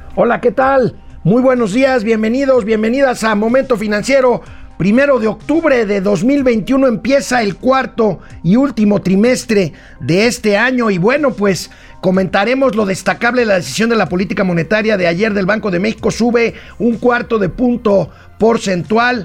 Hola, ¿qué tal? Muy buenos días, bienvenidos, bienvenidas a Momento Financiero. 1 de octubre de 2021 empieza el cuarto y último trimestre de este año y bueno, pues comentaremos lo destacable de la decisión de la política monetaria de ayer del Banco de México. Sube 1/4 punto porcentual,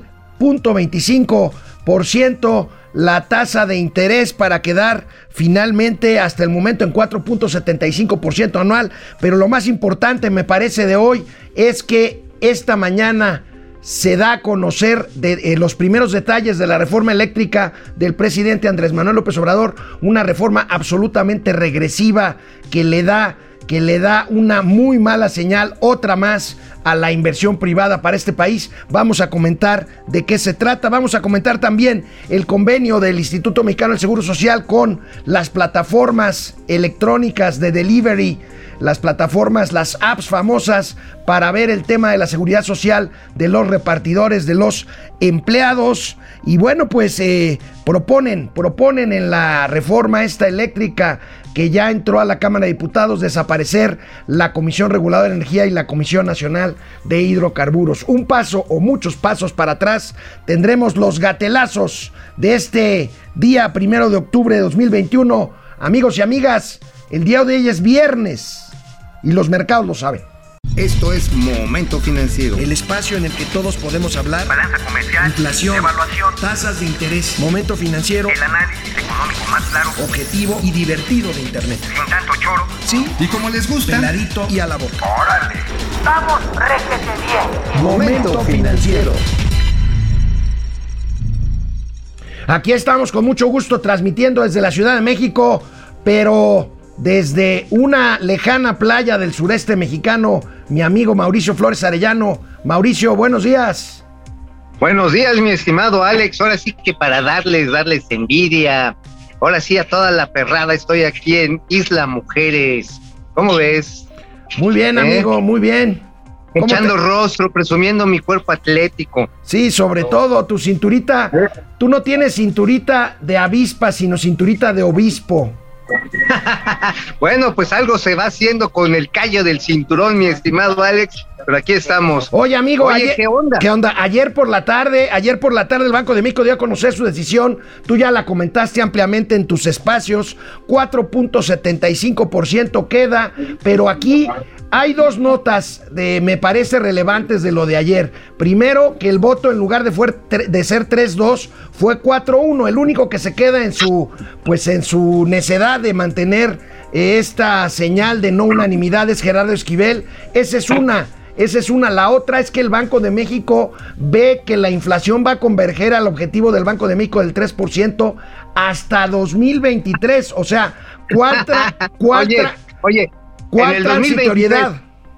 0.25%, la tasa de interés para quedar finalmente hasta el momento en 4.75% anual. Pero lo más importante me parece de hoy es que esta mañana se da a conocer los primeros detalles de la reforma eléctrica del presidente Andrés Manuel López Obrador, una reforma absolutamente regresiva que le da una muy mala señal, otra más, a la inversión privada para este país. Vamos a comentar de qué se trata. Vamos a comentar también el convenio del Instituto Mexicano del Seguro Social con las plataformas electrónicas de delivery, las plataformas, las apps famosas para ver el tema de la seguridad social de los repartidores, de los empleados. Y bueno, pues proponen en la reforma esta eléctrica que ya entró a la Cámara de Diputados desaparecer la Comisión Reguladora de Energía y la Comisión Nacional de Hidrocarburos. Un paso o muchos pasos para atrás. Tendremos los gatelazos de este día 1 de octubre de 2021. Amigos y amigas, el día de hoy es viernes y los mercados lo saben. Esto es Momento Financiero. El espacio en el que todos podemos hablar. Balanza comercial, inflación, evaluación, tasas de interés. Momento Financiero. el análisis económico más claro, Objetivo y divertido de Internet. sin tanto choro. Sí, Y como les gusta, peladito y a la boca. ¡Órale! ¡Vamos, réjete bien! Momento Financiero. Aquí estamos con mucho gusto transmitiendo desde la Ciudad de México, pero desde una lejana playa del sureste mexicano, mi amigo Mauricio Flores Arellano. Mauricio, buenos días. Buenos días, mi estimado Alex. Ahora sí que para darles envidia. Ahora sí a toda la perrada estoy aquí en Isla Mujeres. ¿Cómo ves? Muy bien, amigo, muy bien. ¿Cómo Echando te- rostro, presumiendo mi cuerpo atlético. Sí, sobre todo tu cinturita. Tú no tienes cinturita de avispa, sino cinturita de obispo. Bueno, pues algo se va haciendo con el callo del cinturón, mi estimado Alex. Pero aquí estamos. Oye, amigo, Oye, ayer, ¿qué onda? ¿Qué onda? Ayer por la tarde el Banco de México dio a conocer su decisión. Tú ya la comentaste ampliamente en tus espacios. 4.75% queda, pero aquí hay dos notas me parece relevantes de lo de ayer. Primero, que el voto en lugar de ser 3-2 fue 4-1. El único que se queda en su necedad de mantener esta señal de no unanimidad es Gerardo Esquivel. Esa es una. La otra es que el Banco de México ve que la inflación va a converger al objetivo del Banco de México del 3% hasta 2023. O sea, Oye, ¿cuál en el transitoriedad?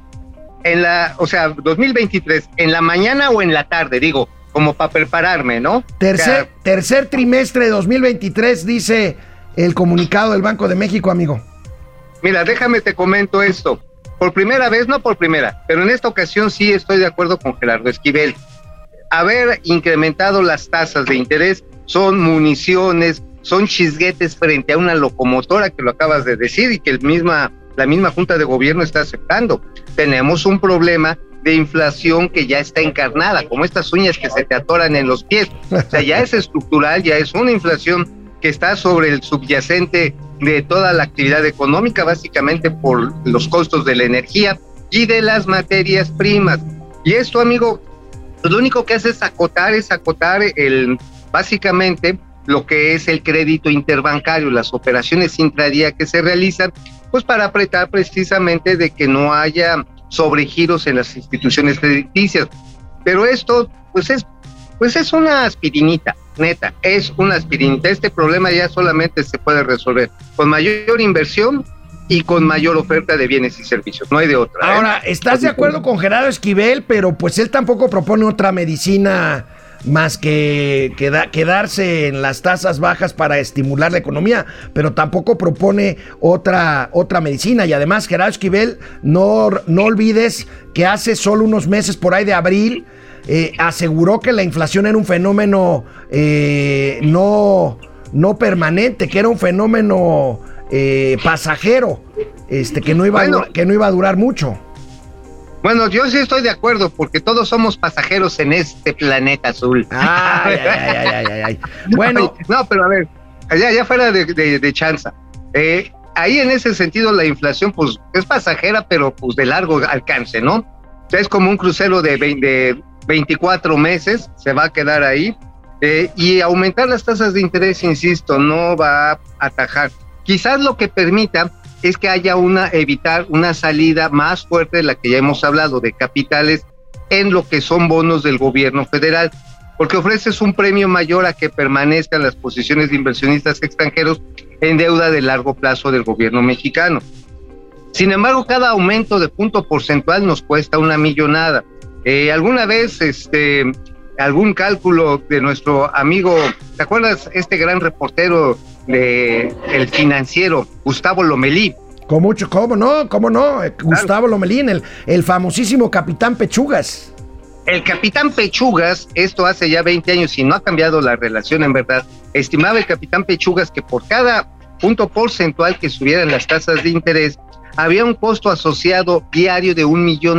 2023, ¿en la mañana o en la tarde? Digo, como para prepararme, ¿no? Tercer trimestre de 2023, dice el comunicado del Banco de México, amigo. Mira, déjame te comento esto. Por primera vez, no por primera, pero en esta ocasión sí estoy de acuerdo con Gerardo Esquivel. Haber incrementado las tasas de interés son municiones, son chisguetes frente a una locomotora, que lo acabas de decir y que la misma Junta de Gobierno está aceptando. Tenemos un problema de inflación que ya está encarnada, como estas uñas que se te atoran en los pies. O sea, ya es estructural, ya es una inflación que está sobre el subyacente de toda la actividad económica, básicamente por los costos de la energía y de las materias primas. Y esto, amigo, lo único que hace es acotar básicamente lo que es el crédito interbancario, las operaciones intradía que se realizan, pues para apretar precisamente de que no haya sobregiros en las instituciones crediticias. Pero esto, pues es una aspirinita, neta, es una aspirinita. Este problema ya solamente se puede resolver con mayor inversión y con mayor oferta de bienes y servicios, no hay de otra. Ahora, ¿estás de acuerdo con Gerardo Esquivel? Pero pues él tampoco propone otra medicina más que quedarse en las tasas bajas para estimular la economía, pero tampoco propone otra medicina. Y además, Gerardo Esquivel, no olvides que hace solo unos meses, por ahí de abril, aseguró que la inflación era un fenómeno no permanente, que era un fenómeno pasajero, que no iba a durar mucho. Bueno, yo sí estoy de acuerdo, porque todos somos pasajeros en este planeta azul. Ay. Bueno. No, pero a ver, ya fuera de chanza. Ahí en ese sentido la inflación pues es pasajera, pero pues de largo alcance, ¿no? O sea, es como un crucero de 24 meses, se va a quedar ahí. Y aumentar las tasas de interés, insisto, no va a atajar. Quizás lo que permita es que haya evitar una salida más fuerte de la que ya hemos hablado, de capitales en lo que son bonos del gobierno federal, porque ofreces un premio mayor a que permanezcan las posiciones de inversionistas extranjeros en deuda de largo plazo del gobierno mexicano. Sin embargo, cada aumento de punto porcentual nos cuesta una millonada. Alguna vez, algún cálculo de nuestro amigo, ¿te acuerdas este gran reportero de El Financiero, Gustavo Lomelí? ¿Cómo no? Claro. Gustavo Lomelí, el famosísimo Capitán Pechugas. El Capitán Pechugas, esto hace ya 20 años y no ha cambiado la relación en verdad, estimaba el Capitán Pechugas que por cada punto porcentual que subieran las tasas de interés, había un costo asociado diario de $1 millón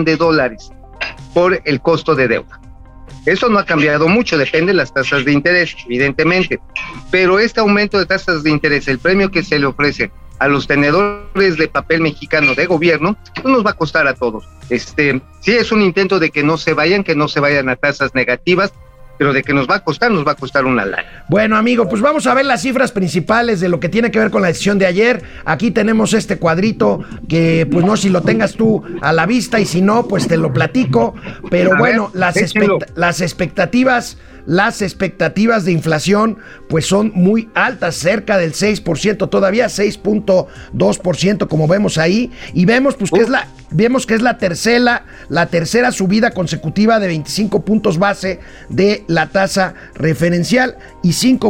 por el costo de deuda. Eso no ha cambiado mucho, depende de las tasas de interés, evidentemente, pero este aumento de tasas de interés, el premio que se le ofrece a los tenedores de papel mexicano de gobierno, pues nos va a costar a todos. Sí es un intento de que no se vayan a tasas negativas, pero de que nos va a costar una lana. Bueno, amigo, pues vamos a ver las cifras principales de lo que tiene que ver con la decisión de ayer. Aquí tenemos este cuadrito que, pues no, si lo tengas tú a la vista, y si no, pues te lo platico. Pero bueno, las expectativas de inflación pues son muy altas, cerca del 6%, todavía 6.2%, como vemos ahí, y vemos pues que es la tercera subida consecutiva de 25 puntos base de la tasa referencial, y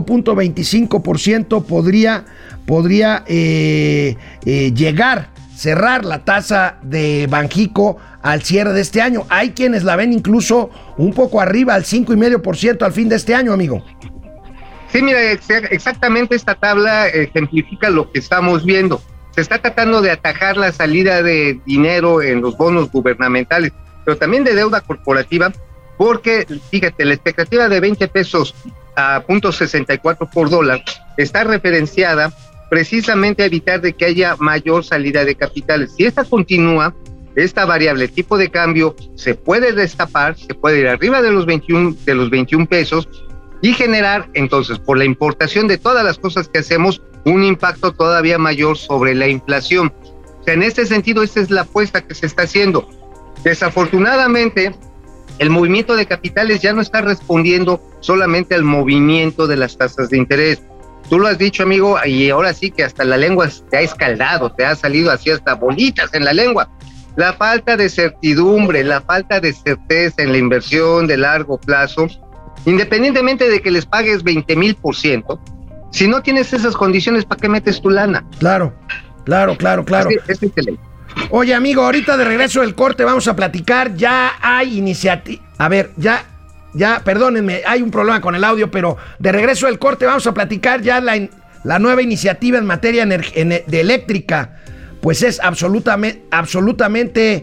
5.25% podría cerrar la tasa de Banjico al cierre de este año. Hay quienes la ven incluso un poco arriba, al 5.5% al fin de este año, amigo. Sí, mira, exactamente esta tabla ejemplifica lo que estamos viendo. Se está tratando de atajar la salida de dinero en los bonos gubernamentales, pero también de deuda corporativa, porque, fíjate, la expectativa de 20 pesos a .64 por dólar está referenciada precisamente a evitar de que haya mayor salida de capitales. Si esta continúa, esta variable tipo de cambio se puede destapar, se puede ir arriba de los 21 pesos y generar entonces, por la importación de todas las cosas que hacemos, un impacto todavía mayor sobre la inflación. O sea, en este sentido, esta es la apuesta que se está haciendo. Desafortunadamente, el movimiento de capitales ya no está respondiendo solamente al movimiento de las tasas de interés. Tú lo has dicho, amigo, y ahora sí que hasta la lengua te ha escaldado, te ha salido así hasta bolitas en la lengua. La falta de certidumbre, la falta de certeza en la inversión de largo plazo, independientemente de que les pagues 20,000%, si no tienes esas condiciones, ¿para qué metes tu lana? Claro. Es ley. Oye, amigo, ahorita de regreso del corte vamos a platicar, ya hay iniciativa. A ver, ya, perdónenme, hay un problema con el audio, pero de regreso del corte vamos a platicar ya la nueva iniciativa en materia de eléctrica, pues es absolutamente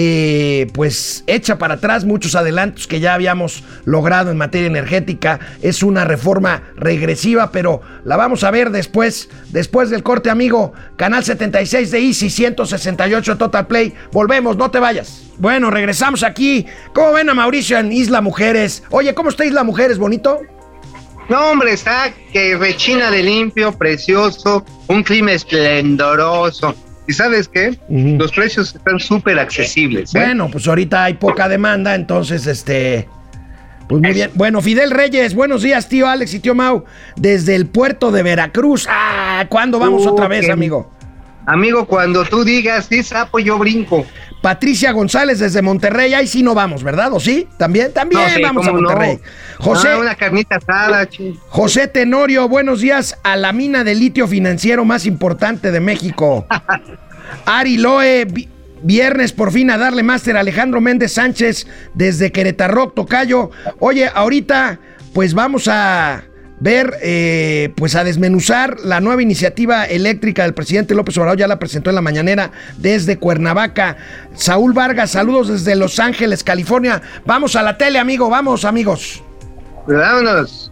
pues hecha para atrás muchos adelantos que ya habíamos logrado en materia energética. Es una reforma regresiva, pero la vamos a ver después del corte, amigo. Canal 76 de Easy, 168 Total Play. Volvemos, no te vayas. Bueno, regresamos aquí. ¿Cómo ven a Mauricio en Isla Mujeres? Oye, ¿cómo está Isla Mujeres? ¿Bonito? No, hombre, está que rechina de limpio, precioso, un clima esplendoroso. ¿Y sabes qué? Los precios están súper accesibles. Bueno, pues ahorita hay poca demanda, entonces, pues muy bien. Bueno, Fidel Reyes, buenos días, tío Alex y tío Mau, desde el puerto de Veracruz. ¿Cuándo vamos otra vez, amigo? Amigo, cuando tú digas, sí, sapo, yo brinco. Patricia González desde Monterrey, ahí sí no vamos, ¿verdad? ¿O sí? ¿También no, sí, vamos a Monterrey. No. José, una carnita asada, José Tenorio, buenos días a la mina de litio financiero más importante de México. Ari Loe, viernes por fin a darle máster. Alejandro Méndez Sánchez desde Querétaro, tocayo. Oye, ahorita pues vamos a pues a desmenuzar la nueva iniciativa eléctrica del presidente López Obrador. Ya la presentó en la mañanera desde Cuernavaca. Saúl Vargas, saludos desde Los Ángeles, California. Vamos a la tele, amigo, vamos, amigos. Vámonos.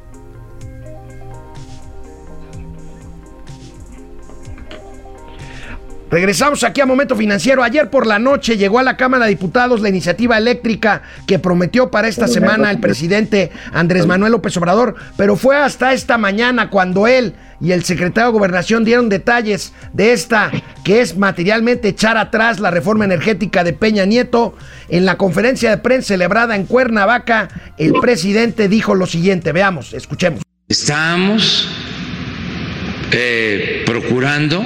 Regresamos aquí a Momento Financiero. Ayer por la noche llegó a la Cámara de Diputados la iniciativa eléctrica que prometió para esta semana el presidente Andrés Manuel López Obrador, pero fue hasta esta mañana cuando él y el secretario de Gobernación dieron detalles de esta, que es materialmente echar atrás la reforma energética de Peña Nieto. En la conferencia de prensa celebrada en Cuernavaca, el presidente dijo lo siguiente. Veamos, escuchemos. Estamos procurando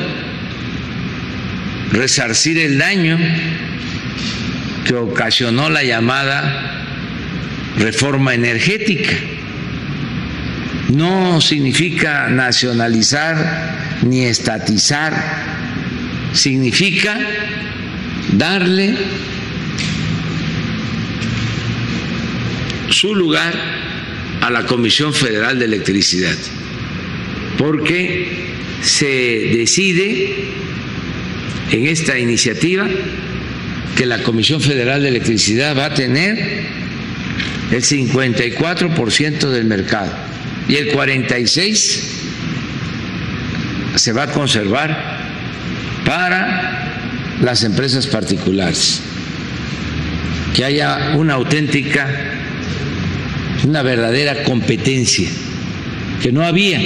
resarcir el daño que ocasionó la llamada reforma energética. No significa nacionalizar ni estatizar, significa darle su lugar a la Comisión Federal de Electricidad, porque se decide en esta iniciativa que la Comisión Federal de Electricidad va a tener el 54% del mercado y el 46% se va a conservar para las empresas particulares. Que haya una auténtica, una verdadera competencia, que no había.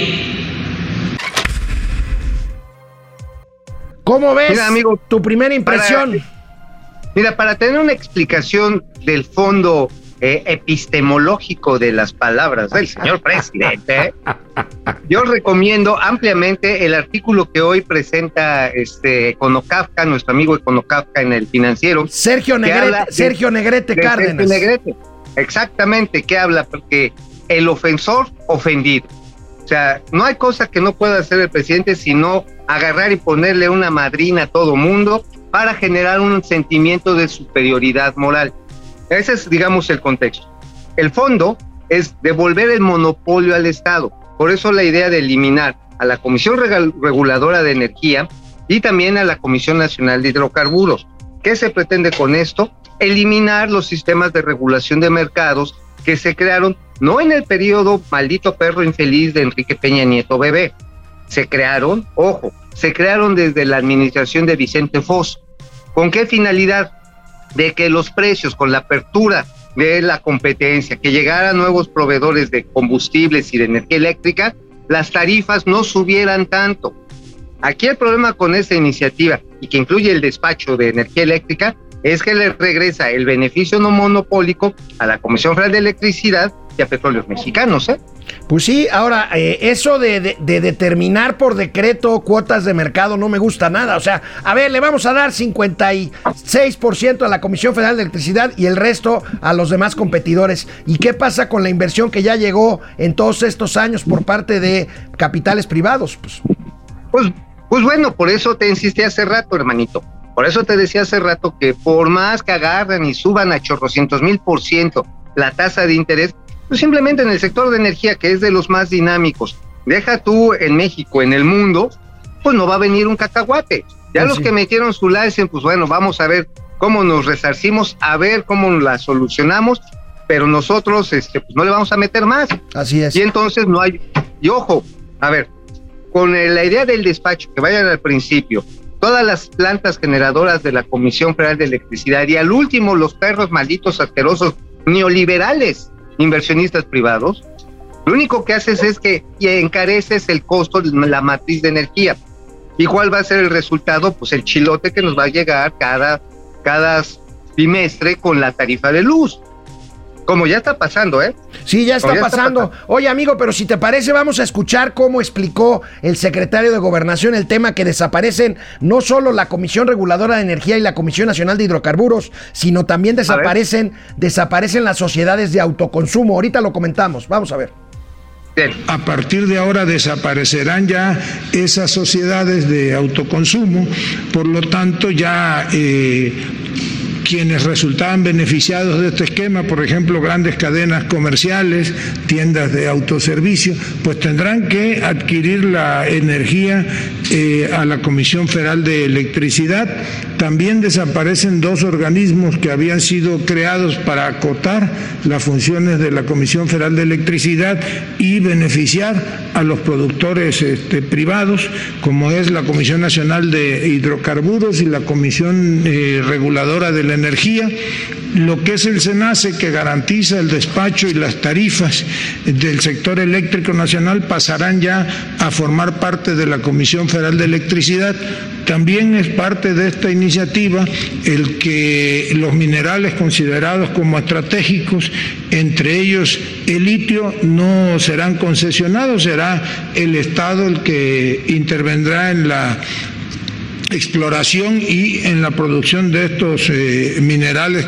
¿Cómo ves, mira, amigo, tu primera impresión? Para tener una explicación del fondo epistemológico de las palabras del señor presidente, yo recomiendo ampliamente el artículo que hoy presenta Econocafka, nuestro amigo Econocafka en El Financiero. Sergio Negrete Cárdenas. Sergio Negrete, exactamente, que habla porque el ofensor ofendido. O sea, no hay cosa que no pueda hacer el presidente sino agarrar y ponerle una madrina a todo mundo para generar un sentimiento de superioridad moral. Ese es, digamos, el contexto. El fondo es devolver el monopolio al Estado. Por eso la idea de eliminar a la Comisión Reguladora de Energía y también a la Comisión Nacional de Hidrocarburos. ¿Qué se pretende con esto? Eliminar los sistemas de regulación de mercados que se crearon no en el periodo maldito perro infeliz de Enrique Peña Nieto bebé. Se crearon, se crearon desde la administración de Vicente Fox. ¿Con qué finalidad? De que los precios, con la apertura de la competencia, que llegaran nuevos proveedores de combustibles y de energía eléctrica, las tarifas no subieran tanto. Aquí el problema con esta iniciativa, y que incluye el despacho de energía eléctrica, es que le regresa el beneficio no monopólico a la Comisión Federal de Electricidad y a Petróleos Mexicanos, Pues sí, ahora, eso de determinar por decreto cuotas de mercado no me gusta nada. O sea, a ver, le vamos a dar 56% a la Comisión Federal de Electricidad y el resto a los demás competidores. ¿Y qué pasa con la inversión que ya llegó en todos estos años por parte de capitales privados? Pues bueno, por eso te insistí hace rato, hermanito. Por eso te decía hace rato que por más que agarren y suban a 800,000% la tasa de interés, pues simplemente en el sector de energía, que es de los más dinámicos, deja tú en México, en el mundo, pues no va a venir un cacahuate. Ya los que metieron su lana dicen, pues bueno, vamos a ver cómo nos resarcimos, a ver cómo la solucionamos, pero nosotros pues no le vamos a meter más. Así es. Y entonces no hay, y ojo, a ver, con la idea del despacho, que vayan al principio, todas las plantas generadoras de la Comisión Federal de Electricidad y al último los perros malditos asquerosos neoliberales inversionistas privados, lo único que haces es que encareces el costo de la matriz de energía. ¿Y cuál va a ser el resultado? Pues el chilote que nos va a llegar cada bimestre con la tarifa de luz. Como ya está pasando, Sí, ya está pasando. Oye, amigo, pero si te parece, vamos a escuchar cómo explicó el secretario de Gobernación el tema que desaparecen no solo la Comisión Reguladora de Energía y la Comisión Nacional de Hidrocarburos, sino también desaparecen las sociedades de autoconsumo. Ahorita lo comentamos, vamos a ver. Bien. A partir de ahora desaparecerán ya esas sociedades de autoconsumo, por lo tanto ya quienes resultaban beneficiados de este esquema, por ejemplo, grandes cadenas comerciales, tiendas de autoservicio, pues tendrán que adquirir la energía a la Comisión Federal de Electricidad. También desaparecen 2 organismos que habían sido creados para acotar las funciones de la Comisión Federal de Electricidad y beneficiar a los productores privados, como es la Comisión Nacional de Hidrocarburos y la Comisión Reguladora de la Energía, lo que es el SENACE, que garantiza el despacho y las tarifas del sector eléctrico nacional, pasarán ya a formar parte de la Comisión Federal de Electricidad. También es parte de esta iniciativa el que los minerales considerados como estratégicos, entre ellos el litio, no serán concesionados, será el Estado el que intervendrá en la exploración y en la producción de estos minerales.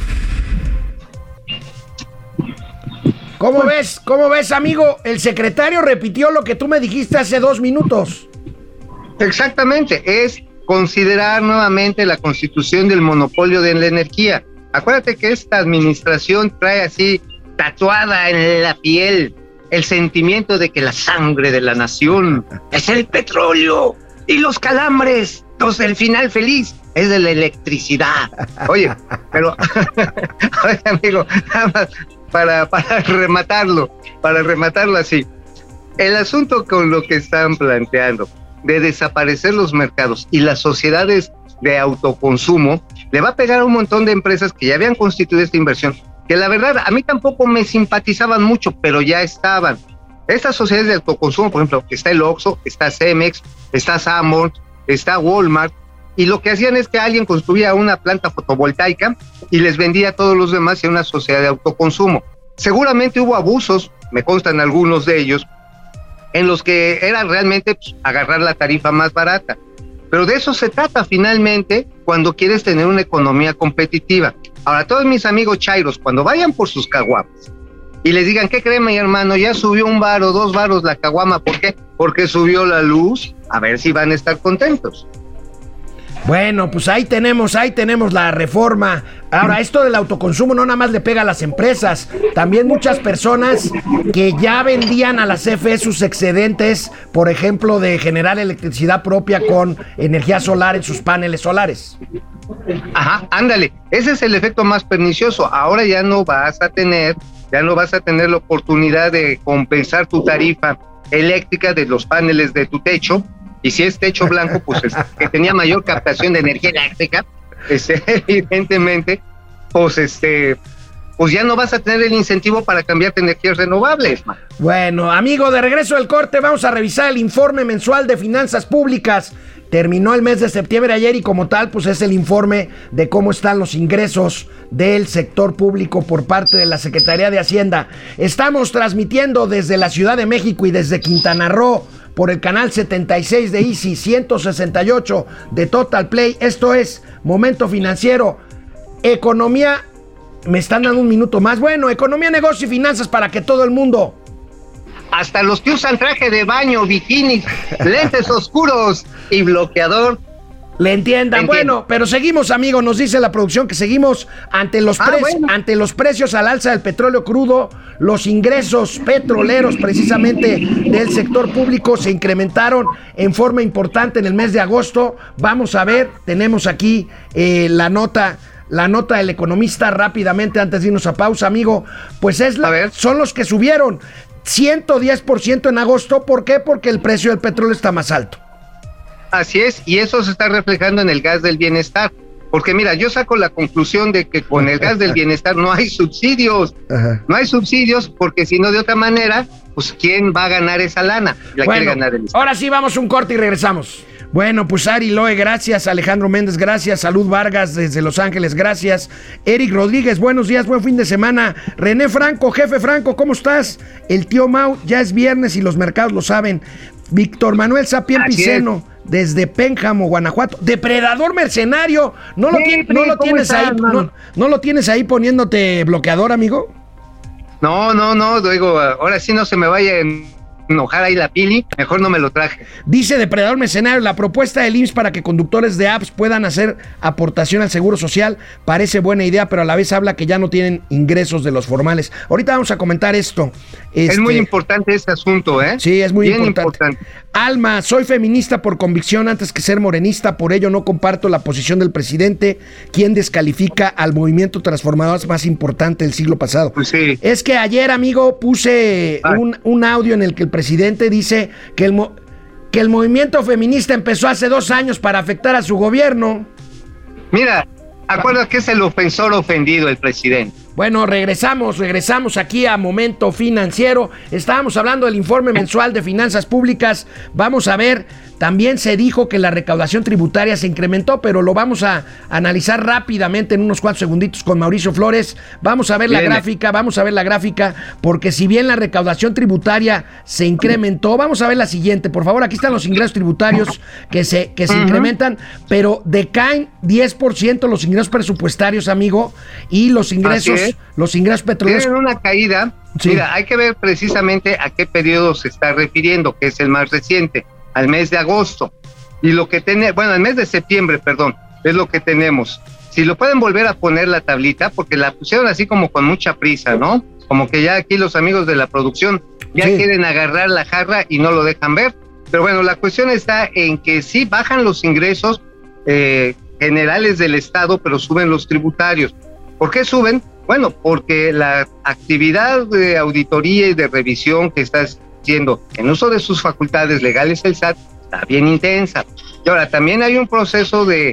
¿Cómo ves, amigo? El secretario repitió lo que tú me dijiste hace 2 minutos. Exactamente, es considerar nuevamente la constitución del monopolio de la energía. Acuérdate que esta administración trae así tatuada en la piel el sentimiento de que la sangre de la nación es el petróleo y los calambres, el final feliz es de la electricidad. Oye, pero oye, amigo, nada más para rematarlo así. El asunto con lo que están planteando de desaparecer los mercados y las sociedades de autoconsumo le va a pegar a un montón de empresas que ya habían constituido esta inversión, que la verdad a mí tampoco me simpatizaban mucho, pero ya estaban. Estas sociedades de autoconsumo, por ejemplo, está el Oxxo, está Cemex, está Sanborns, está Walmart, y lo que hacían es que alguien construía una planta fotovoltaica y les vendía a todos los demás en una sociedad de autoconsumo. Seguramente hubo abusos, me constan algunos de ellos, en los que era realmente agarrar la tarifa más barata. Pero de eso se trata finalmente cuando quieres tener una economía competitiva. Ahora, todos mis amigos chairos, cuando vayan por sus caguamas y les digan, ¿qué creen, mi hermano? Ya subió 1 varo, 2 varos la caguama. ¿Por qué? Porque subió la luz. A ver si van a estar contentos. Bueno, pues ahí tenemos la reforma. Ahora, esto del autoconsumo no nada más le pega a las empresas, también muchas personas que ya vendían a la CFE sus excedentes, por ejemplo, de generar electricidad propia con energía solar en sus paneles solares. Ajá, ándale, ese es el efecto más pernicioso. Ahora ya no vas a tener la oportunidad de compensar tu tarifa eléctrica de los paneles de tu techo. Y si es techo blanco, pues que tenía mayor captación de energía eléctrica, evidentemente, pues ya no vas a tener el incentivo para cambiarte a energías renovables, man. Bueno, amigo, de regreso del corte, vamos a revisar el informe mensual de finanzas públicas. Terminó el mes de septiembre ayer y como tal, pues es el informe de cómo están los ingresos del sector público por parte de la Secretaría de Hacienda. Estamos transmitiendo desde la Ciudad de México y desde Quintana Roo por el canal 76 de Easy, 168 de Total Play. Esto es Momento Financiero. Economía, me están dando un minuto más. Bueno, economía, negocio y finanzas para que todo el mundo, hasta los que usan traje de baño, bikinis, lentes oscuros y bloqueador, le entiendan. Bueno, pero seguimos, amigo, nos dice la producción que seguimos ante los precios al alza del petróleo crudo. Los ingresos petroleros precisamente del sector público se incrementaron en forma importante en el mes de agosto. Vamos a ver, tenemos aquí la nota del economista rápidamente antes de irnos a pausa, amigo. Pues son los que subieron 110% en agosto. ¿Por qué? Porque el precio del petróleo está más alto. Así es, y eso se está reflejando en el gas del bienestar. Porque mira, yo saco la conclusión de que con el gas del bienestar no hay subsidios. Ajá. No hay subsidios porque si no, de otra manera, pues ¿quién va a ganar esa lana? Quiere ganar el Estado. Ahora sí, vamos a un corte y regresamos. Bueno, pues Ari Loe, gracias. Alejandro Méndez, gracias. Salud Vargas desde Los Ángeles, gracias. Eric Rodríguez, buenos días, buen fin de semana. René Franco, jefe Franco, ¿cómo estás? El tío Mau, ya es viernes y los mercados lo saben. Víctor Manuel Sapien Piceno, desde Pénjamo, Guanajuato. Depredador mercenario. ¿No lo tienes ahí poniéndote bloqueador, amigo? No, digo, ahora sí no se me vaya enojar ahí la Pili, mejor no me lo traje. Dice Depredador Mercenario, la propuesta del IMSS para que conductores de apps puedan hacer aportación al Seguro Social parece buena idea, pero a la vez habla que ya no tienen ingresos de los formales. Ahorita vamos a comentar esto. Es muy importante este asunto, ¿eh? Sí, es muy importante. Alma, soy feminista por convicción antes que ser morenista, por ello no comparto la posición del presidente, quien descalifica al movimiento transformador más importante del siglo pasado. Pues sí. Es que ayer, amigo, puse un audio en el que el presidente dice que el movimiento feminista empezó hace 2 años para afectar a su gobierno. Mira, acuérdate que es el ofensor ofendido, el presidente. Bueno, regresamos aquí a Momento Financiero. Estábamos hablando del informe mensual de finanzas públicas. Vamos a ver, también se dijo que la recaudación tributaria se incrementó, pero lo vamos a analizar rápidamente en unos cuantos segunditos con Mauricio Flores. Vamos a ver la gráfica, porque si bien la recaudación tributaria se incrementó, vamos a ver la siguiente, por favor. Aquí están los ingresos tributarios que se incrementan, pero decaen 10% los ingresos presupuestarios, amigo, y los ingresos petroleros. Tienen una caída. Sí. Mira, hay que ver precisamente a qué periodo se está refiriendo, que es el más reciente, al mes de agosto. Y lo que al mes de septiembre, perdón, es lo que tenemos. Si lo pueden volver a poner la tablita, porque la pusieron así como con mucha prisa, ¿no? Como que ya aquí los amigos de la producción ya quieren agarrar la jarra y no lo dejan ver. Pero bueno, la cuestión está en que sí bajan los ingresos generales del Estado, pero suben los tributarios. ¿Por qué suben? Bueno, porque la actividad de auditoría y de revisión que está haciendo en uso de sus facultades legales el SAT está bien intensa. Y ahora también hay un proceso de,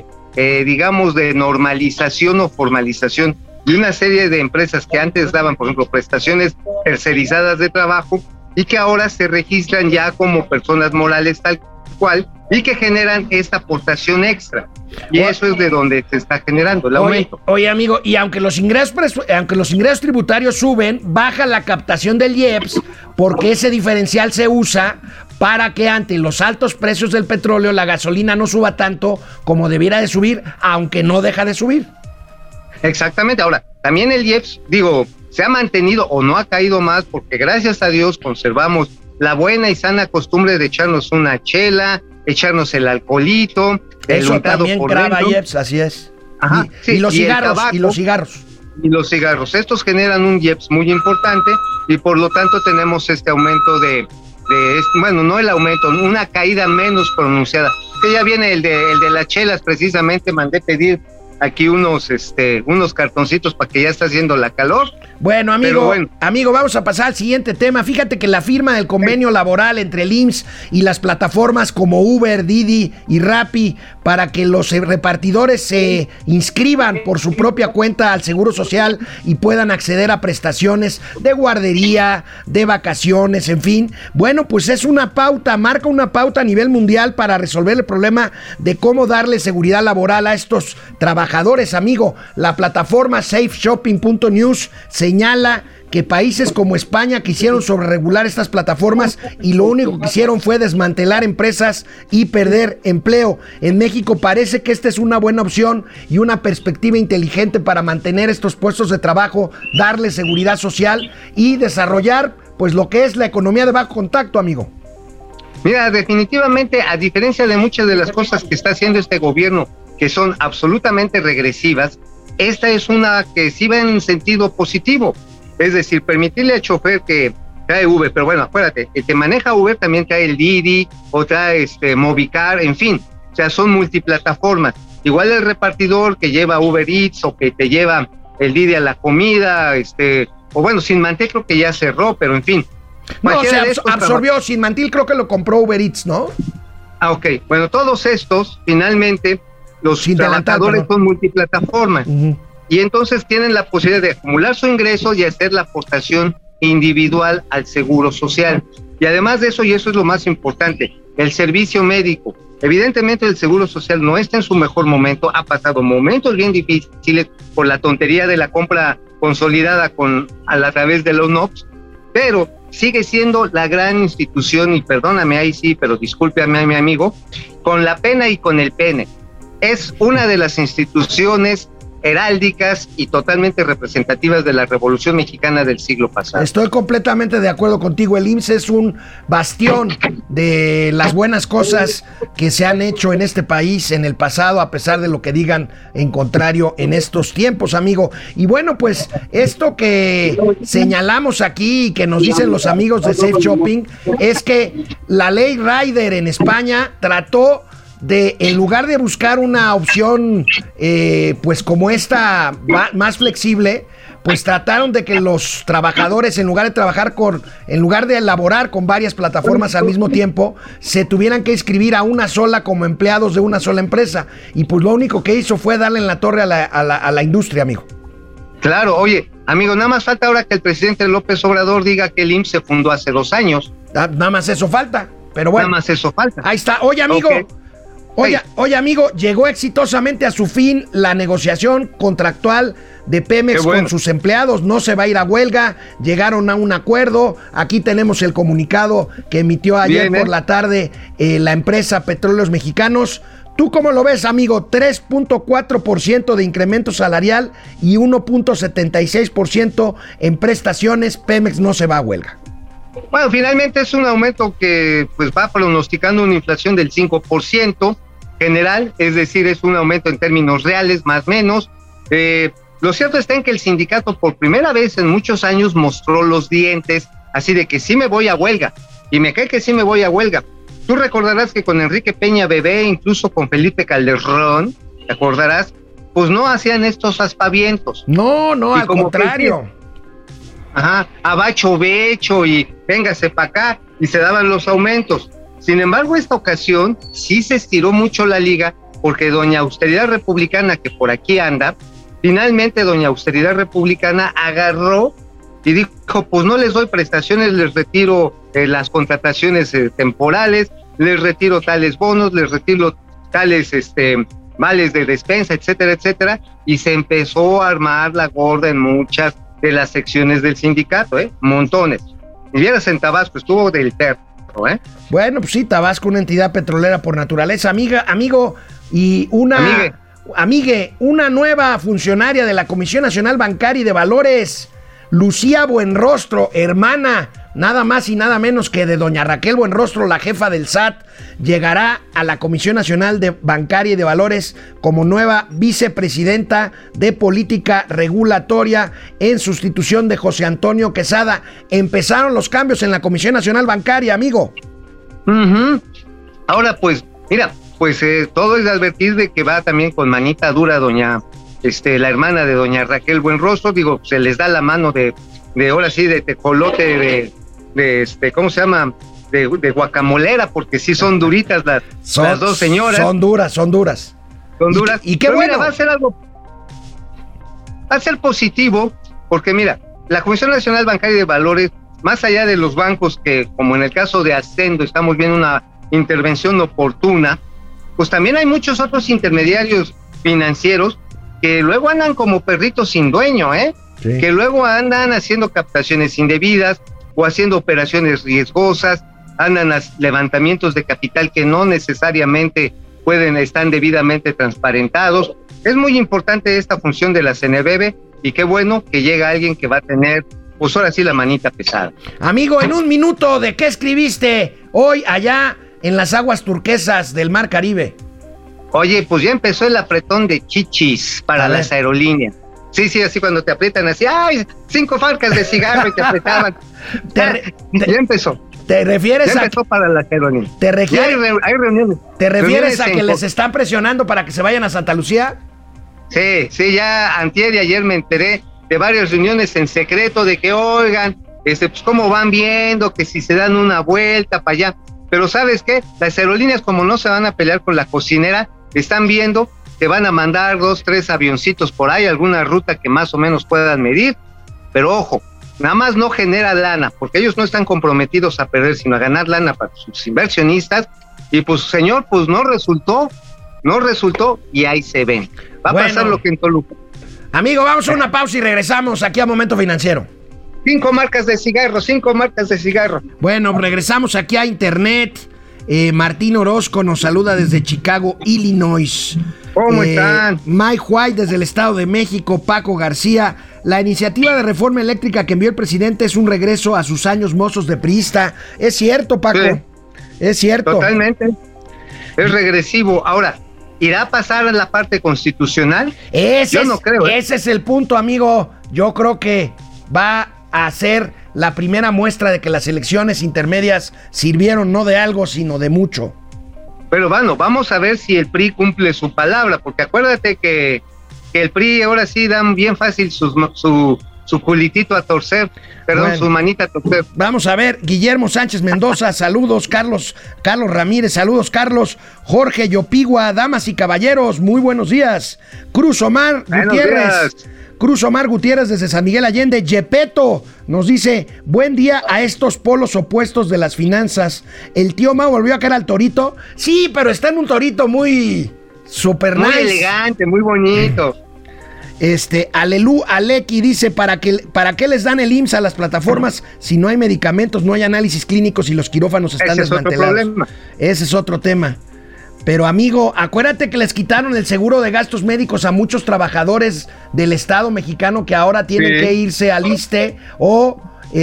de normalización o formalización de una serie de empresas que antes daban, por ejemplo, prestaciones tercerizadas de trabajo y que ahora se registran ya como personas morales tal cual y que generan esta aportación extra. Y eso es de donde se está generando el aumento. Oye, amigo, y aunque los ingresos tributarios suben, baja la captación del IEPS, porque ese diferencial se usa para que ante los altos precios del petróleo la gasolina no suba tanto como debiera de subir, aunque no deja de subir. Exactamente. Ahora, también el IEPS, se ha mantenido o no ha caído más, porque gracias a Dios conservamos la buena y sana costumbre de echarnos una chela, echarnos el alcoholito. Eso también graba IEPS, así es. Ajá, y los cigarros, y los cigarros. Y los cigarros. Estos generan un IEPS muy importante y por lo tanto tenemos este aumento no el aumento, una caída menos pronunciada. Que ya viene el de las chelas, precisamente mandé pedir aquí unos cartoncitos para que ya está haciendo la calor. Bueno, amigo, vamos a pasar al siguiente tema. Fíjate que la firma del convenio laboral entre el IMSS y las plataformas como Uber, Didi y Rappi para que los repartidores se inscriban por su propia cuenta al Seguro Social y puedan acceder a prestaciones de guardería, de vacaciones, en fin. Bueno, pues es marca una pauta a nivel mundial para resolver el problema de cómo darle seguridad laboral a estos trabajadores, amigo. La plataforma SafeShopping.news señala que países como España quisieron sobreregular estas plataformas y lo único que hicieron fue desmantelar empresas y perder empleo. En México parece que esta es una buena opción y una perspectiva inteligente para mantener estos puestos de trabajo, darle seguridad social y desarrollar pues lo que es la economía de bajo contacto, amigo. Mira, definitivamente, a diferencia de muchas de las cosas que está haciendo este gobierno, que son absolutamente regresivas, esta es una que sí va en sentido positivo. Es decir, permitirle al chofer que trae Uber, pero bueno, acuérdate, el que maneja Uber también trae el Didi, o trae Movicar, en fin, o sea, son multiplataformas. Igual el repartidor que lleva Uber Eats o que te lleva el Didi a la comida, o bueno, Sin Mantel creo que ya cerró, pero en fin. No, se absorbió, Sin Mantel creo que lo compró Uber Eats, ¿no? Ah, ok. Bueno, todos estos, finalmente, los trabajadores son multiplataformas. Uh-huh. Y entonces tienen la posibilidad de acumular su ingreso y hacer la aportación individual al Seguro Social. Y además de eso, y eso es lo más importante, el servicio médico. Evidentemente el Seguro Social no está en su mejor momento, ha pasado momentos bien difíciles por la tontería de la compra consolidada a través de los NOPS, pero sigue siendo la gran institución, y perdóname ahí sí, pero discúlpame a mi amigo, con la pena y con el pene. Es una de las instituciones heráldicas y totalmente representativas de la Revolución Mexicana del siglo pasado. Estoy completamente de acuerdo contigo. El IMSS es un bastión de las buenas cosas que se han hecho en este país en el pasado, a pesar de lo que digan en contrario en estos tiempos, amigo. Y bueno, pues esto que señalamos aquí y que nos dicen los amigos de Safe Shopping es que la ley Rider en España trató de, en lugar de buscar una opción pues como esta más flexible, pues trataron de que los trabajadores, en lugar de elaborar con varias plataformas al mismo tiempo, se tuvieran que inscribir a una sola como empleados de una sola empresa. Y pues lo único que hizo fue darle en la torre a la industria, amigo. Claro, oye, amigo, nada más falta ahora que el presidente López Obrador diga que el IMSS se fundó hace 2 años. Nada más eso falta, pero bueno. Nada más eso falta. Ahí está. Oye, amigo. Okay. Oye, amigo, llegó exitosamente a su fin la negociación contractual de Pemex con sus empleados. No se va a ir a huelga, llegaron a un acuerdo. Aquí tenemos el comunicado que emitió ayer por la tarde la empresa Petróleos Mexicanos. ¿Tú cómo lo ves, amigo? 3.4% de incremento salarial y 1.76% en prestaciones. Pemex no se va a huelga. Bueno, finalmente es un aumento que pues va pronosticando una inflación del 5% general, es decir, es un aumento en términos reales, más o menos. Lo cierto está en que el sindicato por primera vez en muchos años mostró los dientes, así de que sí me voy a huelga, y me cae que sí me voy a huelga. Tú recordarás que con Enrique Peña Bebé, incluso con Felipe Calderón, te acordarás, pues no hacían estos aspavientos. No, al contrario. Abacho becho y véngase para acá, y se daban los aumentos. Sin embargo, esta ocasión sí se estiró mucho la liga, porque doña Austeridad Republicana, que por aquí anda, finalmente doña Austeridad Republicana agarró y dijo, pues no les doy prestaciones, les retiro las contrataciones temporales, les retiro tales bonos, les retiro tales vales de despensa, etcétera, etcétera, y se empezó a armar la gorda en muchas de las secciones del sindicato, montones. Y vieras en Tabasco, estuvo del terro, Bueno, pues sí, Tabasco, una entidad petrolera por naturaleza, amigo, y una nueva funcionaria de la Comisión Nacional Bancaria y de Valores, Lucía Buenrostro, hermana, nada más y nada menos que de doña Raquel Buenrostro, la jefa del SAT, llegará a la Comisión Nacional de Bancaria y de Valores como nueva vicepresidenta de Política Regulatoria en sustitución de José Antonio Quesada. Empezaron los cambios en la Comisión Nacional Bancaria, amigo. Ahora pues, mira, todo es de advertir de que va también con manita dura doña la hermana de doña Raquel Buenrostro, digo, se les da la mano de ahora sí, de tecolote, de ¿cómo se llama? De guacamolera, porque sí son duritas las dos señoras. Son duras. Y qué bueno. Mira, va a ser positivo, porque mira, la Comisión Nacional Bancaria y de Valores, más allá de los bancos que, como en el caso de Ascendo, estamos viendo una intervención oportuna, pues también hay muchos otros intermediarios financieros que luego andan como perritos sin dueño, sí. Que luego andan haciendo captaciones indebidas o haciendo operaciones riesgosas, andan levantamientos de capital que no necesariamente están debidamente transparentados. Es muy importante esta función de la CNBV y qué bueno que llega alguien que va a tener, pues ahora sí, la manita pesada. Amigo, en un minuto, ¿de qué escribiste hoy allá en las aguas turquesas del Mar Caribe? Oye, pues ya empezó el apretón de chichis para las aerolíneas. Sí, así cuando te aprietan así, ¡ay! 5 marcas de cigarro y te apretaban. Ya empezó. ¿Te refieres ya empezó para las aerolíneas. Hay reuniones. ¿Te refieres a que les están presionando para que se vayan a Santa Lucía? Sí, ya antier y ayer me enteré de varias reuniones en secreto de que, oigan, pues cómo van viendo, que si se dan una vuelta para allá. Pero ¿sabes qué? Las aerolíneas, como no se van a pelear con la cocinera, están viendo que van a mandar 2, 3 avioncitos por ahí, alguna ruta que más o menos puedan medir, pero ojo, nada más no genera lana, porque ellos no están comprometidos a perder, sino a ganar lana para sus inversionistas, y pues señor, pues no resultó, y ahí se ven. Va a pasar lo que en Toluca. Amigo, vamos a una pausa y regresamos aquí a Momento Financiero. 5 marcas de cigarro. Bueno, regresamos aquí a Internet. Martín Orozco nos saluda desde Chicago, Illinois. ¿Cómo están? Mike White desde el Estado de México, Paco García. La iniciativa de reforma eléctrica que envió el presidente es un regreso a sus años mozos de priista. Es cierto, Paco. Sí. Es cierto. Totalmente. Es regresivo. Ahora, ¿irá a pasar en la parte constitucional? Yo no creo. Ese es el punto, amigo. Yo creo que va a ser la primera muestra de que las elecciones intermedias sirvieron no de algo, sino de mucho. Pero bueno, vamos a ver si el PRI cumple su palabra, porque acuérdate que el PRI ahora sí dan bien fácil su culitito a torcer, su manita a torcer. Vamos a ver, Guillermo Sánchez Mendoza, saludos, Carlos Ramírez, saludos, Carlos, Jorge Yopigua, damas y caballeros, muy buenos días. Cruz Omar Gutiérrez desde San Miguel Allende. Yepeto nos dice, buen día a estos polos opuestos de las finanzas. El tío Mau volvió a caer al torito. Sí, pero está en un torito muy super nice. Muy elegante, muy bonito. Alelu Aleki dice, ¿para qué les dan el IMSS a las plataformas si no hay medicamentos, no hay análisis clínicos y los quirófanos están desmantelados? Ese es otro tema. Pero amigo, acuérdate que les quitaron el seguro de gastos médicos a muchos trabajadores del Estado mexicano que ahora tienen que irse al ISSSTE o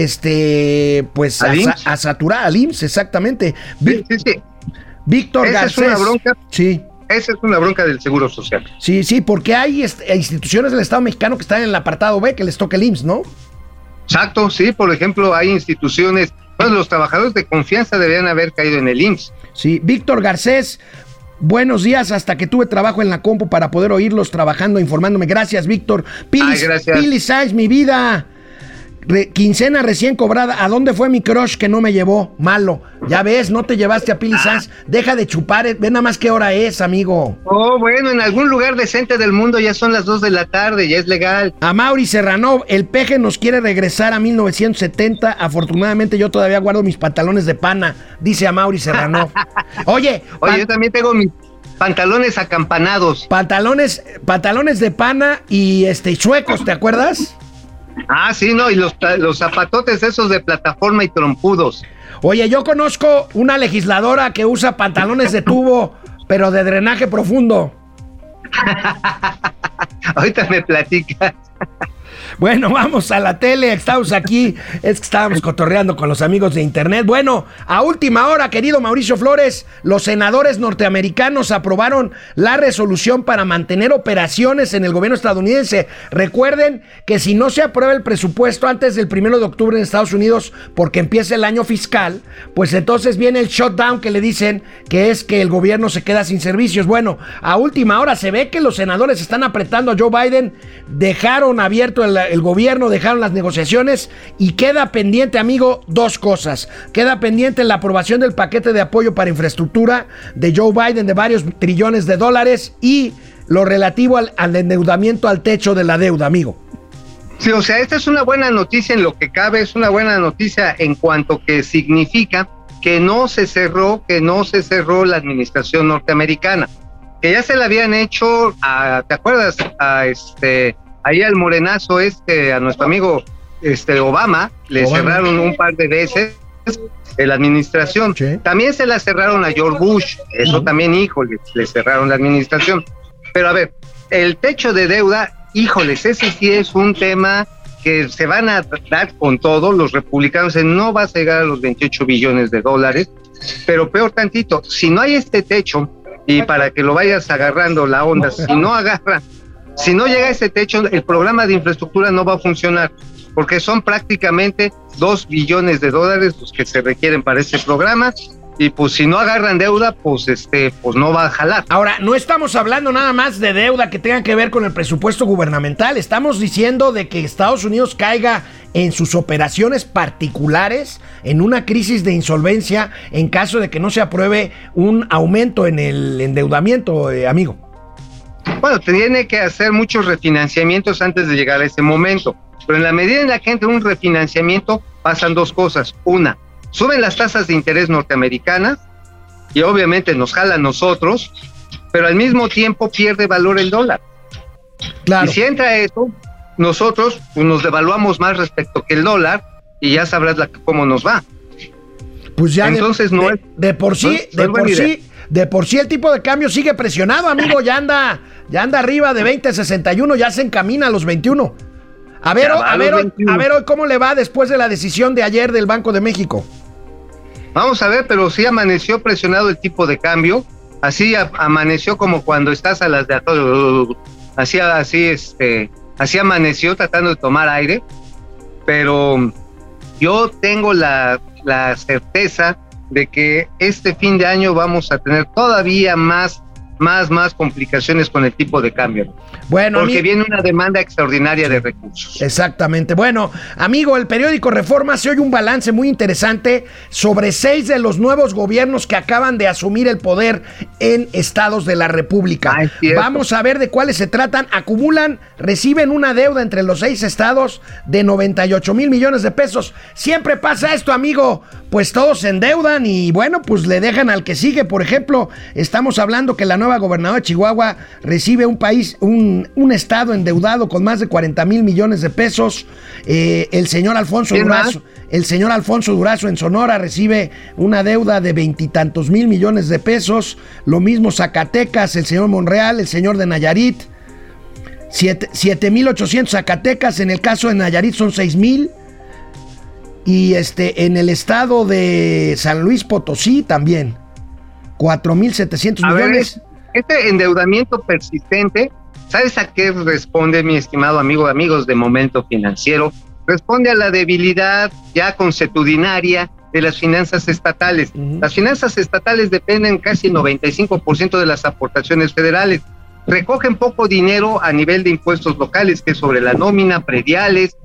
pues a saturar al IMSS, exactamente. Sí. Víctor Garcés. Es una bronca. Sí. Esa es una bronca del Seguro Social. Sí, porque hay instituciones del Estado mexicano que están en el apartado B que les toca el IMSS, ¿no? Exacto, sí, por ejemplo, hay instituciones, los trabajadores de confianza deberían haber caído en el IMSS. Sí, Víctor Garcés, buenos días, hasta que tuve trabajo en la compu para poder oírlos trabajando, informándome. Gracias, Víctor. Pili Sáenz, mi vida. Quincena recién cobrada. ¿A dónde fue mi crush que no me llevó? Malo. Ya ves, no te llevaste a Pili Sáenz. Deja de chupar. Ve nada más qué hora es, amigo. Oh, bueno, en algún lugar decente del mundo ya son las 2 de la tarde, ya es legal. A Mauri Serrano, el peje nos quiere regresar a 1970. Afortunadamente yo todavía guardo mis pantalones de pana, dice a Mauri Serrano. Oye, yo también tengo mis pantalones acampanados. Pantalones de pana y suecos, ¿te acuerdas? Ah, sí, no, y los zapatotes esos de plataforma y trompudos. Oye, yo conozco una legisladora que usa pantalones de tubo, pero de drenaje profundo. Ahorita me platicas. Bueno, vamos a la tele, estamos aquí, es que estábamos cotorreando con los amigos de internet. Bueno, a última hora, querido Mauricio Flores, los senadores norteamericanos aprobaron la resolución para mantener operaciones en el gobierno estadounidense. Recuerden que si no se aprueba el presupuesto antes del 1 de octubre en Estados Unidos, porque empieza el año fiscal, pues entonces viene el shutdown que le dicen que es que el gobierno se queda sin servicios. Bueno, a última hora se ve que los senadores están apretando a Joe Biden, dejaron abierto el gobierno, dejaron las negociaciones y queda pendiente, amigo, dos cosas. Queda pendiente la aprobación del paquete de apoyo para infraestructura de Joe Biden de varios trillones de dólares y lo relativo al endeudamiento, al techo de la deuda, amigo. Sí, o sea, esta es una buena noticia en lo que cabe, es una buena noticia en cuanto que significa que no se cerró la administración norteamericana, que ya se la habían hecho, ¿te acuerdas? Ahí al morenazo a nuestro amigo Obama, le cerraron un par de veces la administración. ¿Sí? También se la cerraron a George Bush, eso también, híjole, le cerraron la administración. Pero a ver, el techo de deuda, híjoles, ese sí es un tema que se van a dar con todo. Los republicanos no va a llegar a los 28 billones de dólares, pero peor tantito, si no hay este techo, y para que lo vayas agarrando la onda, si no llega a ese techo, el programa de infraestructura no va a funcionar, porque son prácticamente 2 billones de dólares los que se requieren para ese programa, y pues si no agarran deuda, pues no va a jalar. Ahora, no estamos hablando nada más de deuda que tenga que ver con el presupuesto gubernamental, estamos diciendo de que Estados Unidos caiga en sus operaciones particulares, en una crisis de insolvencia, en caso de que no se apruebe un aumento en el endeudamiento, amigo. Bueno, tiene que hacer muchos refinanciamientos antes de llegar a ese momento, pero en la medida en la que entra un refinanciamiento pasan dos cosas. Una, suben las tasas de interés norteamericanas y obviamente nos jalan nosotros, pero al mismo tiempo pierde valor el dólar. Claro. Y si entra eso, nosotros pues, nos devaluamos más respecto que el dólar y ya sabrás cómo nos va. Pues ya entonces de por sí De por sí el tipo de cambio sigue presionado, amigo, ya anda arriba de 20.61, ya se encamina a los 21. A ver hoy cómo le va después de la decisión de ayer del Banco de México. Vamos a ver, pero sí amaneció presionado el tipo de cambio, así amaneció como cuando estás a las de así amaneció tratando de tomar aire, pero yo tengo la certeza de que este fin de año vamos a tener todavía más complicaciones con el tipo de cambio. Bueno, porque viene una demanda extraordinaria de recursos. Exactamente. Bueno, amigo, el periódico Reforma hace hoy un balance muy interesante sobre 6 de los nuevos gobiernos que acaban de asumir el poder en estados de la República. Vamos a ver de cuáles se tratan. Reciben una deuda entre los 6 estados de 98,000 millones de pesos. Siempre pasa esto, amigo, pues todos se endeudan y bueno, pues le dejan al que sigue. Por ejemplo, estamos hablando que la nueva gobernadora de Chihuahua recibe un estado endeudado con más de 40,000 millones de pesos. El señor Alfonso Durazo en Sonora recibe una deuda de 20 y tantos mil millones de pesos. Lo mismo Zacatecas, el señor Monreal, el señor de Nayarit, 7,800 Zacatecas. En el caso de Nayarit son 6,000. Y en el estado de San Luis Potosí también 4,700 millones. Este endeudamiento persistente, ¿sabes a qué responde, mi estimado amigos de Momento Financiero? Responde a la debilidad ya consuetudinaria de las finanzas estatales. Las finanzas estatales dependen casi 95% de las aportaciones federales. Recogen poco dinero a nivel de impuestos locales, que es sobre la nómina, prediales,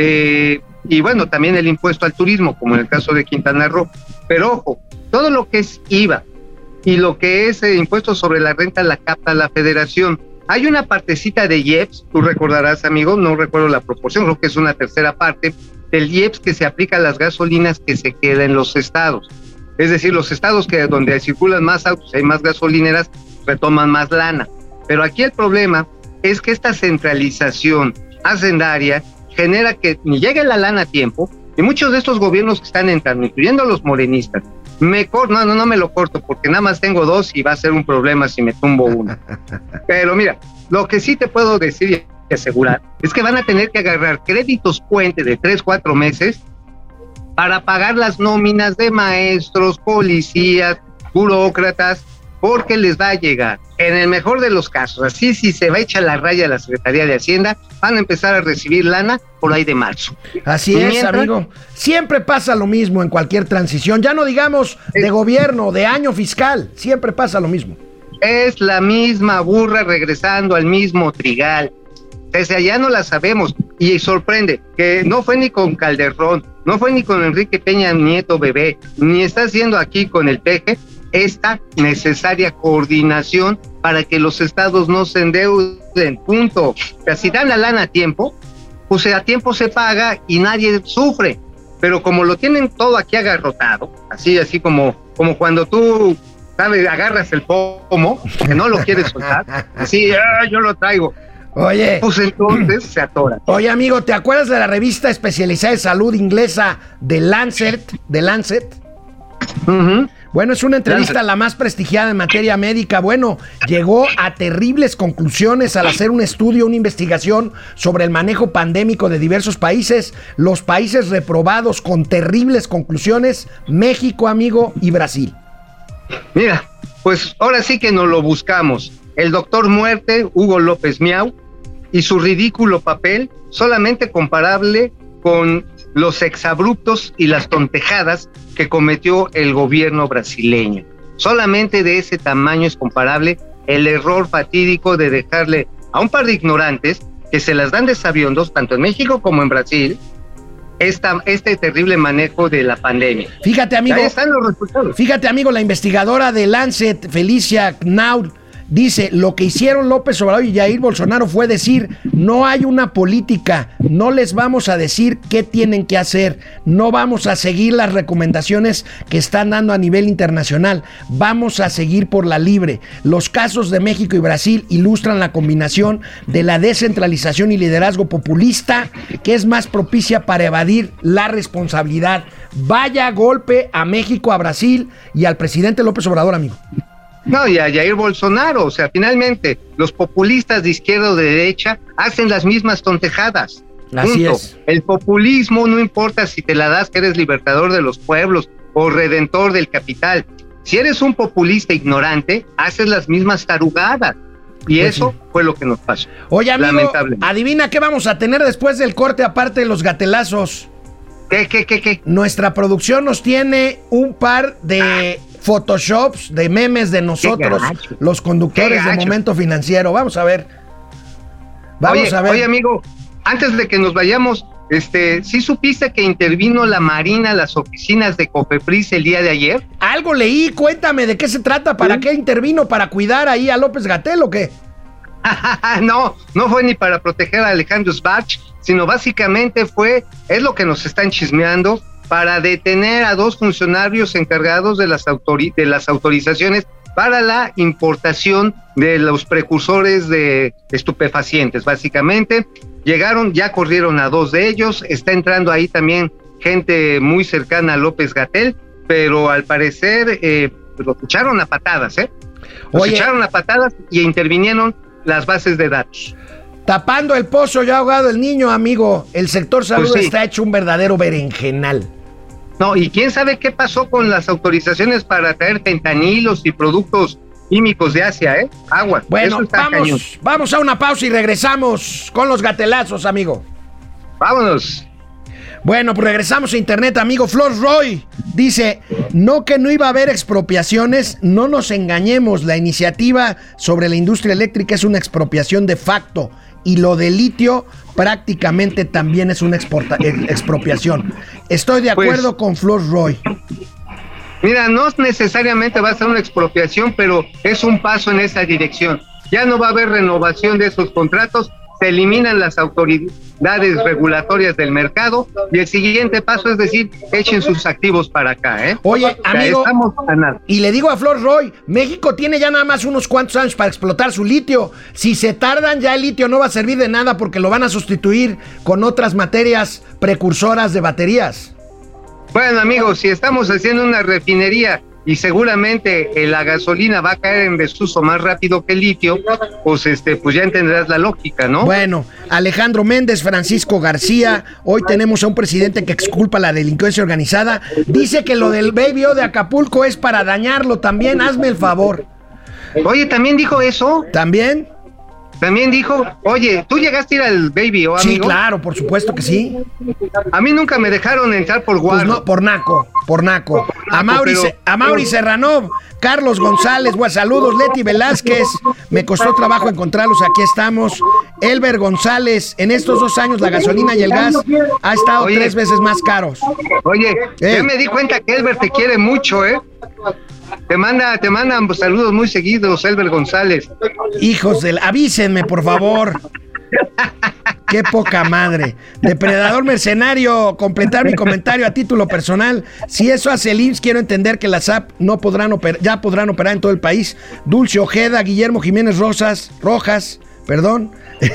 y bueno, también el impuesto al turismo, como en el caso de Quintana Roo. Pero ojo, todo lo que es IVA y lo que es impuesto sobre la renta la capta la federación. Hay una partecita de IEPS, tú recordarás, amigo, no recuerdo la proporción, creo que es una tercera parte del IEPS que se aplica a las gasolinas que se queda en los estados. Es decir, los estados donde circulan más autos, hay más gasolineras, retoman más lana. Pero aquí el problema es que esta centralización hacendaria genera que ni llegue la lana a tiempo, y muchos de estos gobiernos que están entrando, incluyendo los morenistas, no me lo corto porque nada más tengo 2 y va a ser un problema si me tumbo uno. Pero mira, lo que sí te puedo decir y asegurar es que van a tener que agarrar créditos puente de 3-4 meses para pagar las nóminas de maestros, policías, burócratas, porque les va a llegar, en el mejor de los casos, así si se va a echar la raya a la Secretaría de Hacienda, van a empezar a recibir lana por ahí de marzo. Así es, amigo. Siempre pasa lo mismo en cualquier transición, ya no digamos de gobierno, de año fiscal, siempre pasa lo mismo. Es la misma burra regresando al mismo trigal. Desde allá no la sabemos, y sorprende que no fue ni con Calderón, no fue ni con Enrique Peña Nieto bebé, ni está haciendo aquí con el Peje esta necesaria coordinación para que los estados no se endeuden, punto. O sea, si dan la lana a tiempo, pues a tiempo se paga y nadie sufre, pero como lo tienen todo aquí agarrotado, así como cuando tú, ¿sabes?, agarras el pomo, que no lo quieres soltar, así, yo lo traigo. Oye, pues entonces se atora. Oye, amigo, ¿te acuerdas de la revista especializada de salud inglesa The Lancet? Uh-huh. Bueno, es una entrevista la más prestigiada en materia médica. Bueno, llegó a terribles conclusiones al hacer un estudio, una investigación sobre el manejo pandémico de diversos países. Los países reprobados con terribles conclusiones: México, amigo, y Brasil. Mira, pues ahora sí que nos lo buscamos. El doctor Muerte, Hugo López Miau, y su ridículo papel, solamente comparable con los exabruptos y las tontejadas que cometió el gobierno brasileño. Solamente de ese tamaño es comparable el error fatídico de dejarle a un par de ignorantes que se las dan de sabiondos, tanto en México como en Brasil, este terrible manejo de la pandemia. Fíjate, amigo, ahí están los resultados. Fíjate, amigo, la investigadora de Lancet, Felicia Knaud, dice: lo que hicieron López Obrador y Jair Bolsonaro fue decir, no hay una política, no les vamos a decir qué tienen que hacer, no vamos a seguir las recomendaciones que están dando a nivel internacional, vamos a seguir por la libre. Los casos de México y Brasil ilustran la combinación de la descentralización y liderazgo populista, que es más propicia para evadir la responsabilidad. Vaya golpe a México, a Brasil y al presidente López Obrador, amigo. No, y a Jair Bolsonaro. O sea, finalmente, los populistas de izquierda o de derecha hacen las mismas tontejadas. Así es. El populismo no importa si te la das que eres libertador de los pueblos o redentor del capital. Si eres un populista ignorante, haces las mismas tarugadas. Y Pues eso sí. fue lo que nos pasó. Oye, amigo, Lamentablemente. adivina qué vamos a tener después del corte, aparte de los gatelazos. ¿Qué? Nuestra producción nos tiene un par de photoshops, de memes de nosotros, gacho. los conductores Qué de gacho. Momento Financiero. Vamos a ver. Vamos a ver. Oye, amigo, antes de que nos vayamos, ¿sí supiste que intervino la Marina a las oficinas de Cofepris el día de ayer? Algo leí, cuéntame de qué se trata, para qué intervino, para cuidar ahí a López-Gatell o qué. No fue ni para proteger a Alejandro Sbarch, sino básicamente es lo que nos están chismeando, para detener a 2 funcionarios encargados de las autorizaciones para la importación de los precursores de estupefacientes. Básicamente, llegaron, ya corrieron a 2 de ellos, está entrando ahí también gente muy cercana a López-Gatell, pero al parecer los echaron a patadas, Los Oye. echaron a patadas y intervinieron las bases de datos. Tapando el pozo ya ahogado el niño, amigo. El sector salud Pues sí. está hecho un verdadero berenjenal. No, y quién sabe qué pasó con las autorizaciones para traer fentanilos y productos químicos de Asia, Agua. Bueno, Eso está cañón. vamos a una pausa y regresamos con los gatelazos, amigo. Vámonos. Bueno, pues regresamos a internet, amigo. Flor Roy dice, no que no iba a haber expropiaciones, no nos engañemos, la iniciativa sobre la industria eléctrica es una expropiación de facto y lo de litio prácticamente también es una expropiación. Estoy de acuerdo con Flor Roy. Mira, no necesariamente va a ser una expropiación, pero es un paso en esa dirección. Ya no va a haber renovación de esos contratos, se eliminan las autoridades regulatorias del mercado y el siguiente paso es decir, echen sus activos para acá, Oye, O sea, amigo, estamos a nada. y le digo a Flor Roy, México tiene ya nada más unos cuantos años para explotar su litio. Si se tardan, ya el litio no va a servir de nada porque lo van a sustituir con otras materias precursoras de baterías. Bueno, amigos, si estamos haciendo una refinería y seguramente la gasolina va a caer en desuso más rápido que el litio, pues ya entenderás la lógica, ¿no? Bueno, Alejandro Méndez, Francisco García, hoy tenemos a un presidente que exculpa la delincuencia organizada, dice que lo del Baby O de Acapulco es para dañarlo también, hazme el favor. Oye, ¿también dijo eso? ¿También? También dijo, oye, ¿tú llegaste a ir al Baby O, amigo? Sí, claro, por supuesto que sí. A mí nunca me dejaron entrar por Pues guardo. no, por naco. A Mauri Serranov, Carlos González, saludos, Leti Velázquez, me costó trabajo encontrarlos, aquí estamos. Elber González, en estos 2 años la gasolina y el gas ha estado 3 veces más caros. Oye, ya me di cuenta que Elber te quiere mucho, Te mandan saludos muy seguidos, Elber González. Hijos avísenme, por favor. Qué poca madre. Depredador mercenario, completar mi comentario a título personal. Si eso hace el IMSS, quiero entender que las AP no podrán ya podrán operar en todo el país. Dulce Ojeda, Guillermo Jiménez Rojas, perdón.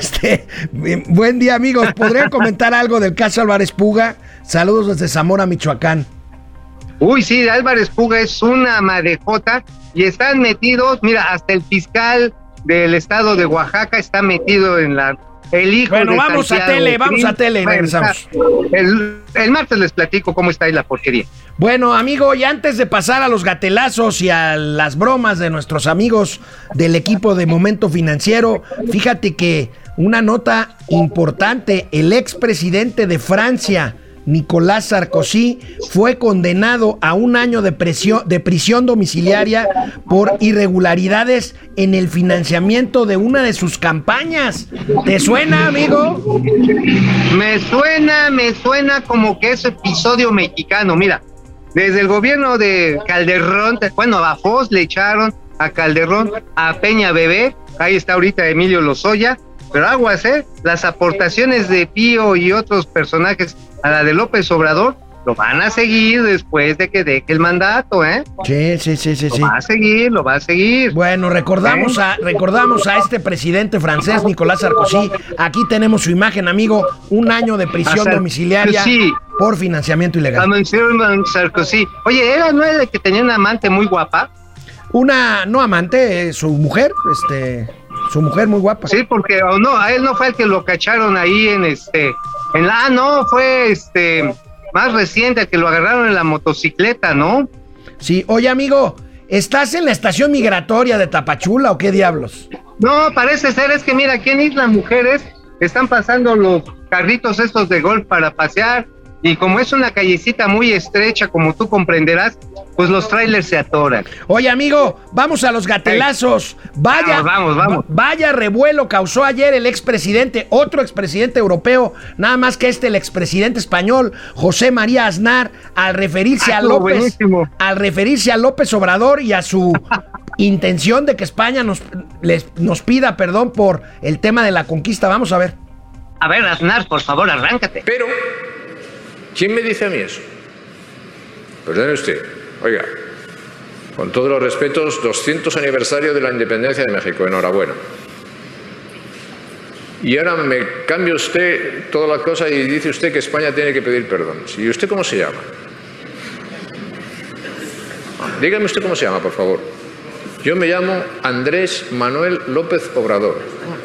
Buen día, amigos. ¿Podrían comentar algo del caso Álvarez Puga? Saludos desde Zamora, Michoacán. Uy, sí, Álvarez Puga es una madejota y están metidos, mira, hasta el fiscal del estado de Oaxaca está metido en el hijo de vamos a tele y regresamos. El martes les platico cómo está ahí la porquería. Bueno, amigo, y antes de pasar a los gatelazos y a las bromas de nuestros amigos del equipo de Momento Financiero, fíjate que una nota importante, el expresidente de Francia, Nicolás Sarkozy, fue condenado a 1 año de prisión domiciliaria por irregularidades en el financiamiento de una de sus campañas. ¿Te suena, amigo? Me suena como que es episodio mexicano. Mira, desde el gobierno de Calderón, a Foz le echaron, a Calderón, a Peña Bebé, ahí está ahorita Emilio Lozoya, pero aguas, las aportaciones de Pío y otros personajes a la de López Obrador lo van a seguir después de que deje el mandato, Sí. Lo va a seguir. Bueno, recordamos a este presidente francés, Nicolás Sarkozy. Aquí tenemos su imagen, amigo. 1 año de prisión domiciliaria por financiamiento ilegal. Sarkozy. Oye, ¿no era el que tenía una amante muy guapa? una, no amante, su mujer, su mujer muy guapa. Sí, porque no, a él no fue el que lo cacharon ahí no, fue más reciente, que lo agarraron en la motocicleta, ¿no? Sí, oye amigo, ¿estás en la estación migratoria de Tapachula o qué diablos? No, parece ser, es que mira, aquí en Islas Mujeres están pasando los carritos estos de golf para pasear, y como es una callecita muy estrecha, como tú comprenderás, pues los trailers se atoran. Oye amigo, vamos a los gatelazos. Vamos. Vaya revuelo causó ayer el expresidente, otro expresidente europeo, nada más que el expresidente español, José María Aznar, al referirse a López Obrador y a su intención de que España nos pida perdón por el tema de la conquista. Vamos a ver. A ver, Aznar, por favor, arráncate. Pero, ¿quién me dice a mí eso? Perdone usted. Oiga, con todos los respetos, 200 aniversario de la independencia de México, enhorabuena. Y ahora me cambia usted toda la cosa y dice usted que España tiene que pedir perdón. ¿Y usted cómo se llama? Dígame usted cómo se llama, por favor. Yo me llamo Andrés Manuel López Obrador.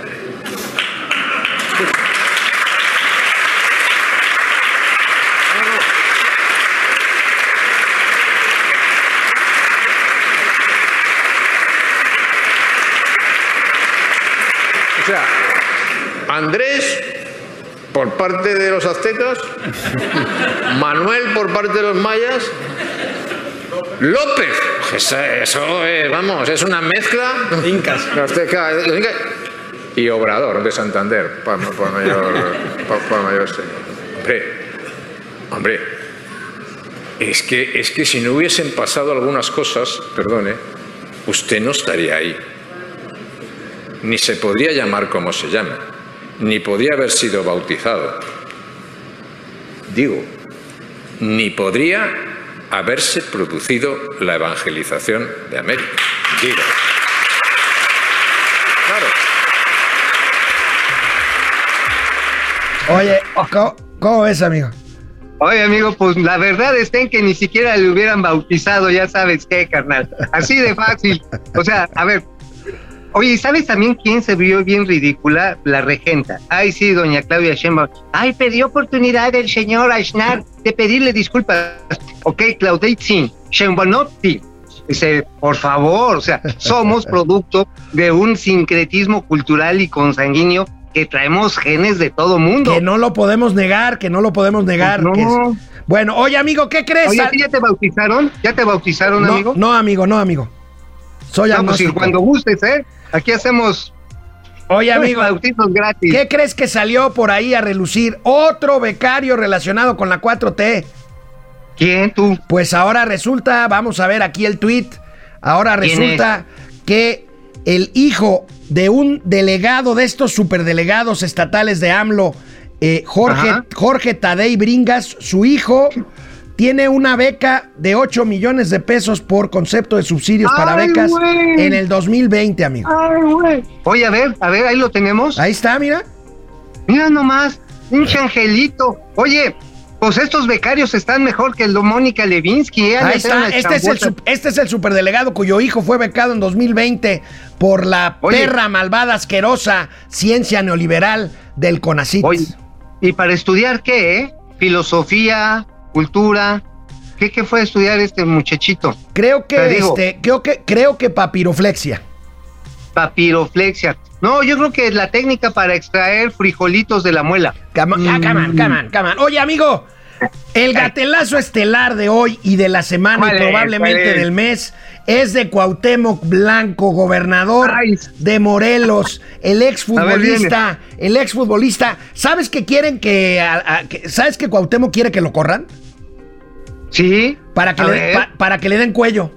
O sea, Andrés por parte de los aztecas, Manuel por parte de los mayas, López, eso es, vamos, es una mezcla. Incas. Y Obrador de Santander, por mayor señor. Hombre, es que si no hubiesen pasado algunas cosas, perdone, usted no estaría ahí. Ni se podría llamar como se llama, ni podría haber sido bautizado. Digo, ni podría haberse producido la evangelización de América. Digo. Claro. Oye, ¿cómo ves, amigo? Oye, amigo, pues la verdad está en que ni siquiera le hubieran bautizado, ya sabes qué, carnal. Así de fácil. O sea, a ver. Oye, ¿sabes también quién se vio bien ridícula? La regenta. Ay, sí, doña Claudia Sheinbaum. Ay, perdió oportunidad el señor Aznar de pedirle disculpas. Ok, Claudia Sheinbaum, dice, por favor, o sea, somos producto de un sincretismo cultural y consanguíneo que traemos genes de todo mundo. Que no lo podemos negar. Pues no. Bueno, oye, amigo, ¿qué crees? Oye, ¿ya te bautizaron? ¿Ya te bautizaron, no, amigo? No, amigo. Soy agnóstico. Pues cuando gustes, aquí hacemos. Oye, amigo, bautizos gratis. ¿Qué crees que salió por ahí a relucir? Otro becario relacionado con la 4T. ¿Quién, tú? Pues ahora resulta, vamos a ver aquí el tuit, ahora resulta que el hijo de un delegado de estos superdelegados estatales de AMLO, Jorge Tadei Bringas, su hijo tiene una beca de 8 millones de pesos por concepto de subsidios para becas en el 2020, amigo. Ay, güey. Oye, a ver, ahí lo tenemos. Ahí está, mira. Mira nomás, un angelito. Oye, pues estos becarios están mejor que el de Mónica Lewinsky. Ahí está, este es el superdelegado cuyo hijo fue becado en 2020 por la perra malvada, asquerosa ciencia neoliberal del CONACYT. Oye, ¿y para estudiar qué, Filosofía, cultura. ¿Qué fue a estudiar este muchachito? Creo que papiroflexia. Papiroflexia. No, yo creo que es la técnica para extraer frijolitos de la muela. Come on. Oye, amigo, el gatelazo estelar de hoy y de la semana y probablemente del mes es de Cuauhtémoc Blanco, gobernador de Morelos, el exfutbolista. ¿Sabes que quieren ¿sabes que Cuauhtémoc quiere que lo corran? Sí. Para que le den cuello.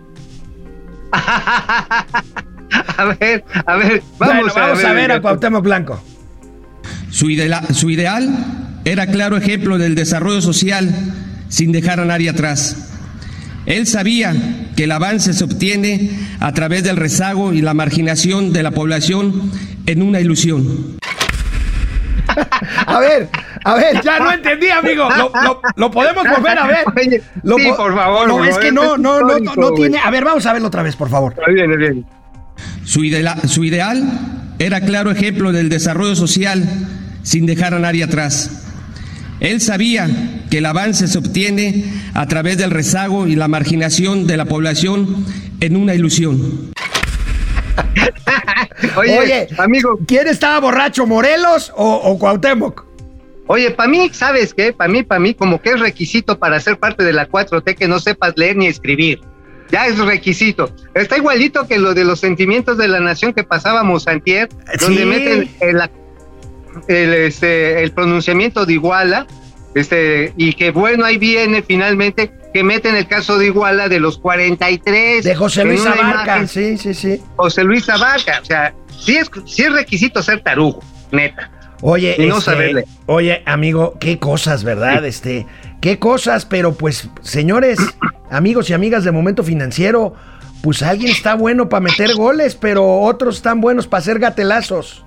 A ver, vamos a ver a Cuauhtémoc Blanco. Su ideal era claro ejemplo del desarrollo social sin dejar a nadie atrás. Él sabía que el avance se obtiene a través del rezago y la marginación de la población en una ilusión. A ver, ya no entendí, amigo. Lo podemos volver a ver. Oye, sí, por favor. No, es que no tiene. A ver, vamos a verlo otra vez, por favor. Bien. Su ideal era claro ejemplo del desarrollo social sin dejar a nadie atrás. Él sabía que el avance se obtiene a través del rezago y la marginación de la población en una ilusión. Oye, amigo, ¿quién estaba borracho, Morelos o Cuauhtémoc? Oye, para mí, ¿sabes qué? Para mí, como que es requisito para ser parte de la 4T que no sepas leer ni escribir. Ya es requisito. Está igualito que lo de los sentimientos de la nación que pasábamos antier, donde meten el pronunciamiento de Iguala, y que bueno, ahí viene finalmente que meten el caso de Iguala de los 43. De José Luis Abarca, sí. José Luis Abarca, o sea, sí es requisito ser tarugo, neta. Oye, y no saberle. Oye, amigo, qué cosas, ¿verdad? Sí. Qué cosas, pero pues, señores, amigos y amigas de Momento Financiero, pues alguien está bueno para meter goles, pero otros están buenos para hacer gatelazos.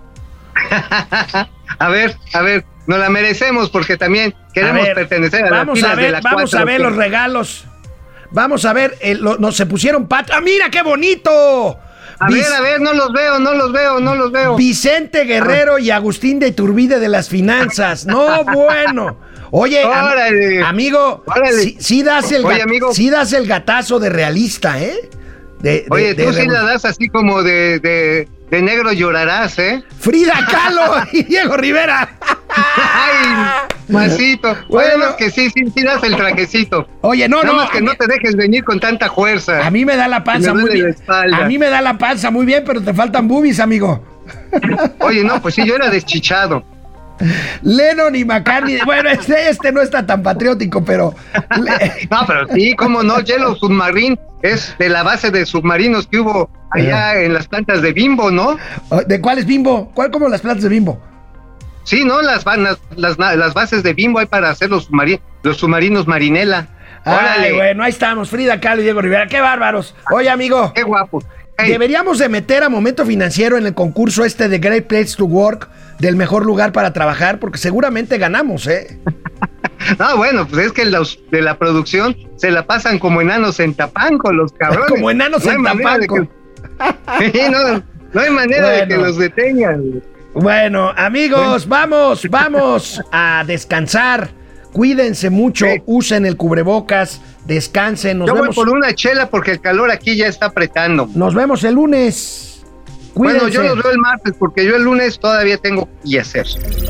A ver, nos la merecemos porque también queremos pertenecer a las filas de la 4T. Vamos a ver los regalos. Vamos a ver, se pusieron ¡Ah, mira qué bonito! A ver, no los veo. Vicente Guerrero y Agustín de Iturbide de las finanzas. No, bueno. Oye, amigo, sí das el gatazo de realista, ¿eh? Tú sí la das así como de negro llorarás, ¿eh? Frida Kahlo y Diego Rivera. Ay, masito. Bueno, que sí das el trajecito. Oye, no. Más que no te dejes venir con tanta fuerza. A mí me da la panza muy bien. A mí me da la panza muy bien, pero te faltan boobies, amigo. Oye, no, pues sí, yo era deschichado. Lennon y McCartney, bueno, este no está tan patriótico, pero... No, pero sí, cómo no, Yellow Submarine es de la base de submarinos que hubo allá en las plantas de Bimbo, ¿no? ¿De cuáles Bimbo? ¿Cómo las plantas de Bimbo? Sí, ¿no? Las bases de Bimbo hay para hacer los submarinos Marinela. Órale. Bueno, ahí estamos, Frida Kahlo y Diego Rivera, qué bárbaros. Oye, amigo. Qué guapo. Hey. Deberíamos de meter a Momento Financiero en el concurso de Great Place to Work, del mejor lugar para trabajar, porque seguramente ganamos, ¿eh? No, bueno, pues es que los de la producción se la pasan como enanos en Tapanco, los cabrones. Como enanos en Tapanco. Sí, no hay manera de que los detengan. Bueno, amigos, vamos a descansar. Cuídense mucho, usen el cubrebocas, descansen. Yo voy por una chela porque el calor aquí ya está apretando. Nos vemos el lunes. Cuídense. Bueno, yo los veo el martes porque yo el lunes todavía tengo que hacer.